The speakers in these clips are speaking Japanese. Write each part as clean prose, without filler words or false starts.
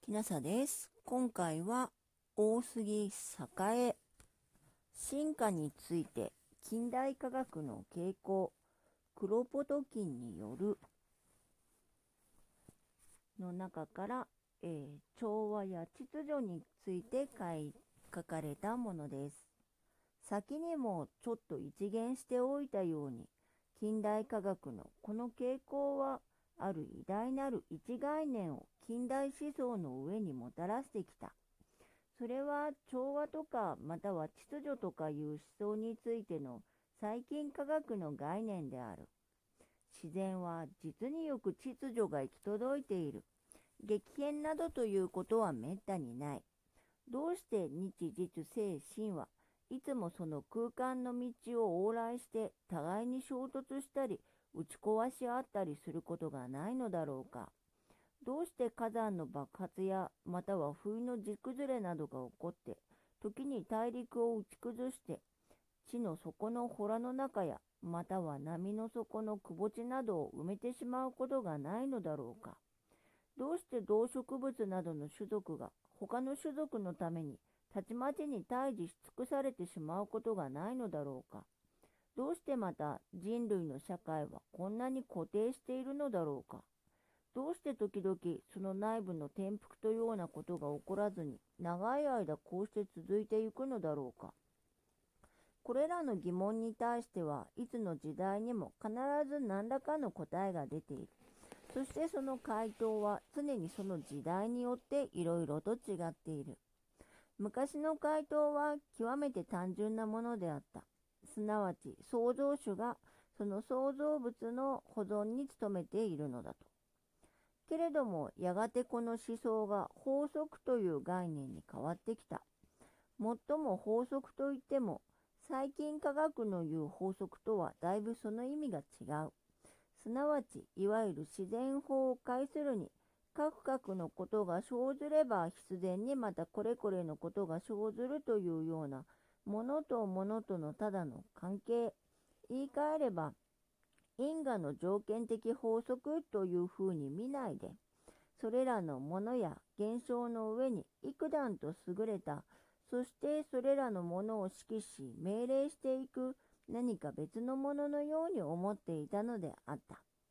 きなさです。今回は大杉栄進化について近代科学の傾向クロポトキンによるの中から、調和や秩序について書かれたものです。先にもちょっと一言しておいたように、近代科学のこの傾向はある偉大なる一概念を近代思想の上にもたらしてきた。それは調和とかまたは秩序とかいう思想についての最近科学の概念である。自然は実によく秩序が行き届いている。激変などということはめったにない。どうして日実生神はいつもその空間の道を往来して互いに衝突したり打ち壊し合ったりすることがないのだろうか。どうして火山の爆発やまたは冬の地崩れなどが起こって時に大陸を打ち崩して地の底の洞の中やまたは波の底の窪地などを埋めてしまうことがないのだろうか。どうして動植物などの種族が他の種族のためにたちまちに退治し尽くされてしまうことがないのだろうか。どうしてまた人類の社会はこんなに固定しているのだろうか。どうして時々その内部の転覆というようなことが起こらずに長い間こうして続いていくのだろうか。これらの疑問に対してはいつの時代にも必ず何らかの答えが出ている。そしてその回答は常にその時代によっていろいろと違っている。昔の回答は極めて単純なものであった。すなわち創造主がその創造物の保存に努めているのだと。けれどもやがてこの思想が法則という概念に変わってきた。もっとも法則といっても最近科学の言う法則とはだいぶその意味が違う。すなわちいわゆる自然法を介するに各々のことが生ずれば必然にまたこれこれのことが生ずるというようなものとものとのただの関係、言い換えれば因果の条件的法則というふうに見ないで、それらのものや現象の上に幾段と優れた、そしてそれらのものを指揮し命令していく何か別のもののように思っていたのであった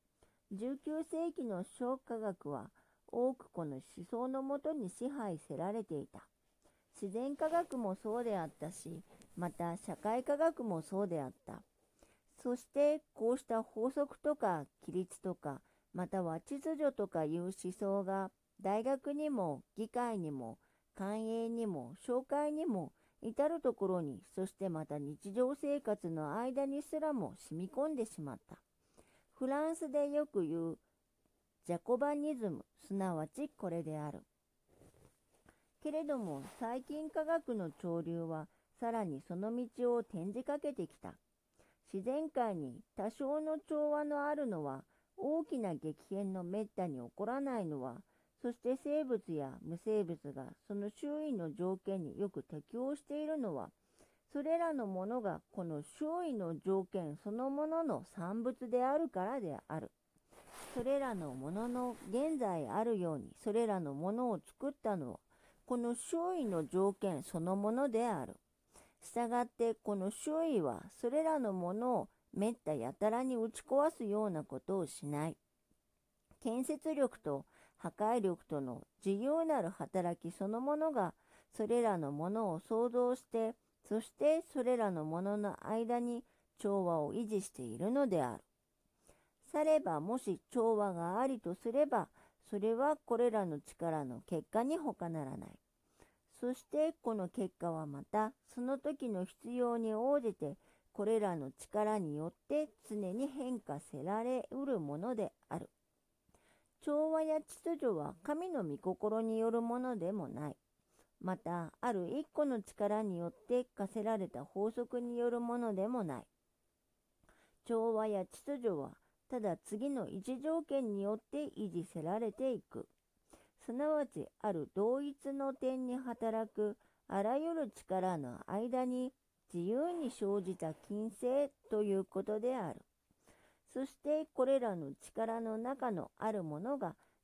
。19世紀の小科学は多くこの思想のもとに支配せられていた。自然科学もそうであったし、また社会科学もそうであった。そしてこうした法則とか規律とかまたは秩序とかいう思想が大学にも議会にも官営にも商会にも至るところに、そしてまた日常生活の間にすらも染み込んでしまった。フランスでよく言うジャコバニズム、すなわちこれである。けれども最近科学の潮流はさらにその道を転じかけてきた。自然界に多少の調和のあるのは、大きな激変のめったに起こらないのは、そして生物や無生物がその周囲の条件によく適応しているのは、それらのものがこの周囲の条件そのものの産物であるからである。それらのものの現在あるようにそれらのものを作ったのは、この周囲の条件そのものである。したがってこの周囲はそれらのものをめったやたらに打ち壊すようなことをしない。建設力と破壊力との自由なる働きそのものがそれらのものを創造して、そしてそれらのものの間に調和を維持しているのである。さればもし調和がありとすれば、それはこれらの力の結果に他ならない。そしてこの結果はまたその時の必要に応じてこれらの力によって常に変化せられうるものである。調和や秩序は神の御心によるものでもない。またある一個の力によって課せられた法則によるものでもない。調和や秩序はただ次の一条件によって維持せられていく。すなわちある同一の点に働くあらゆる力の間に自由に生じた均性ということである。そしてこれらの力の中のあるものが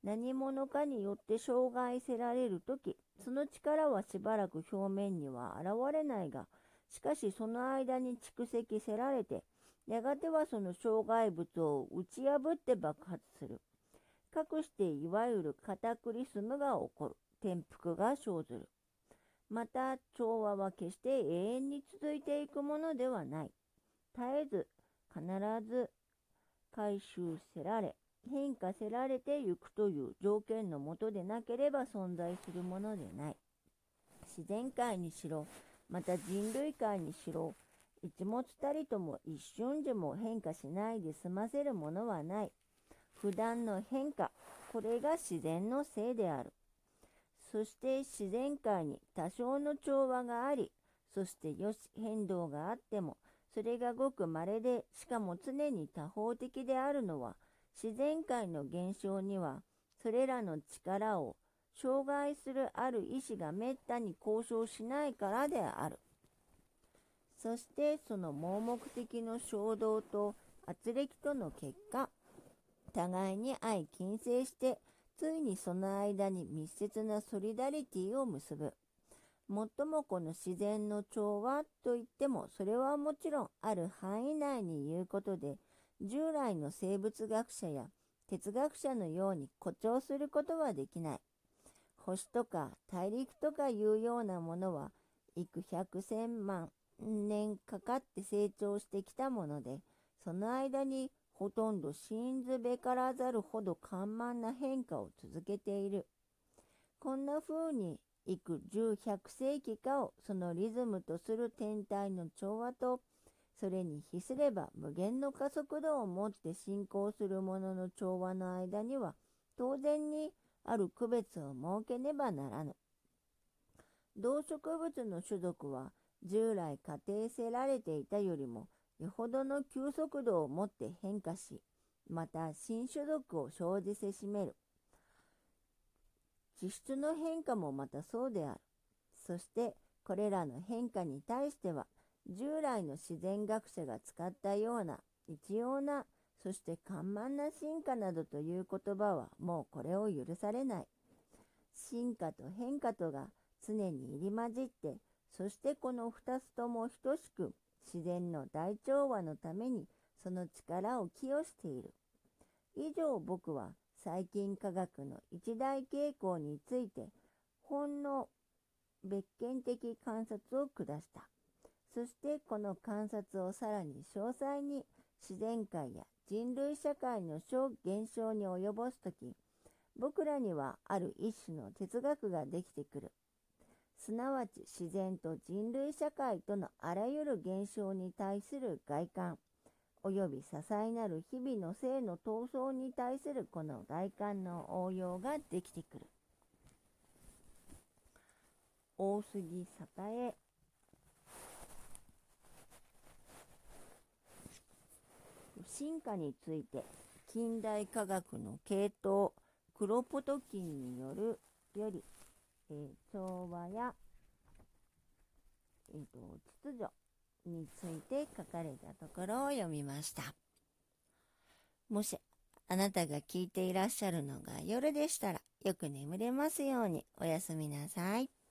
何者かによって障害せられるとき、その力はしばらく表面には現れないが、しかしその間に蓄積せられて、やがてはその障害物を打ち破って爆発する。かくしていわゆるカタクリスムが起こる。転覆が生ずる。また、調和は決して永遠に続いていくものではない。絶えず、必ず回収せられ、変化せられてゆくという条件のもとでなければ存在するものでない。自然界にしろ、また人類界にしろ、一物たりとも一瞬でも変化しないで済ませるものはない。普段の変化、これが自然のせいである。そして自然界に多少の調和があり、そして変動があっても、それがごく稀で、しかも常に多方的であるのは、自然界の現象には、それらの力を障害するある意志がめったに交渉しないからである。そしてその盲目的の衝動と圧力との結果、互いに相近成して、ついにその間に密接なソリダリティを結ぶ。もっともこの自然の調和といっても、それはもちろんある範囲内に言うことで、従来の生物学者や哲学者のように誇張することはできない。星とか大陸とかいうようなものは、幾百千万年かかって成長してきたもので、その間にほとんど信ずべからざるほど緩慢な変化を続けている。こんな風に幾十百世紀かをそのリズムとする天体の調和と、それに比すれば無限の加速度をもって進行するものの調和の間には、当然にある区別を設けねばならぬ。動植物の種族は従来仮定せられていたよりもよほどの急速度をもって変化し、また新種族を生じせしめる。地質の変化もまたそうである。そしてこれらの変化に対しては、従来の自然学者が使ったような一様な、そして緩慢な進化などという言葉はもうこれを許されない。進化と変化とが常に入り混じって、そしてこの二つとも等しく自然の大調和のためにその力を寄与している。以上、僕は最近科学の一大傾向についてほんの別件的観察を下した。そしてこの観察をさらに詳細に自然界や人類社会の現象に及ぼすとき、僕らにはある一種の哲学ができてくる。すなわち自然と人類社会とのあらゆる現象に対する外観、および些細なる日々の性の闘争に対するこの外観の応用ができてくる。大杉栄。進化について近代科学の系統クロポトキンにより、調和や、秩序について書かれたところを読みました。もしあなたが聞いていらっしゃるのが夜でしたら、よく眠れますように。おやすみなさい。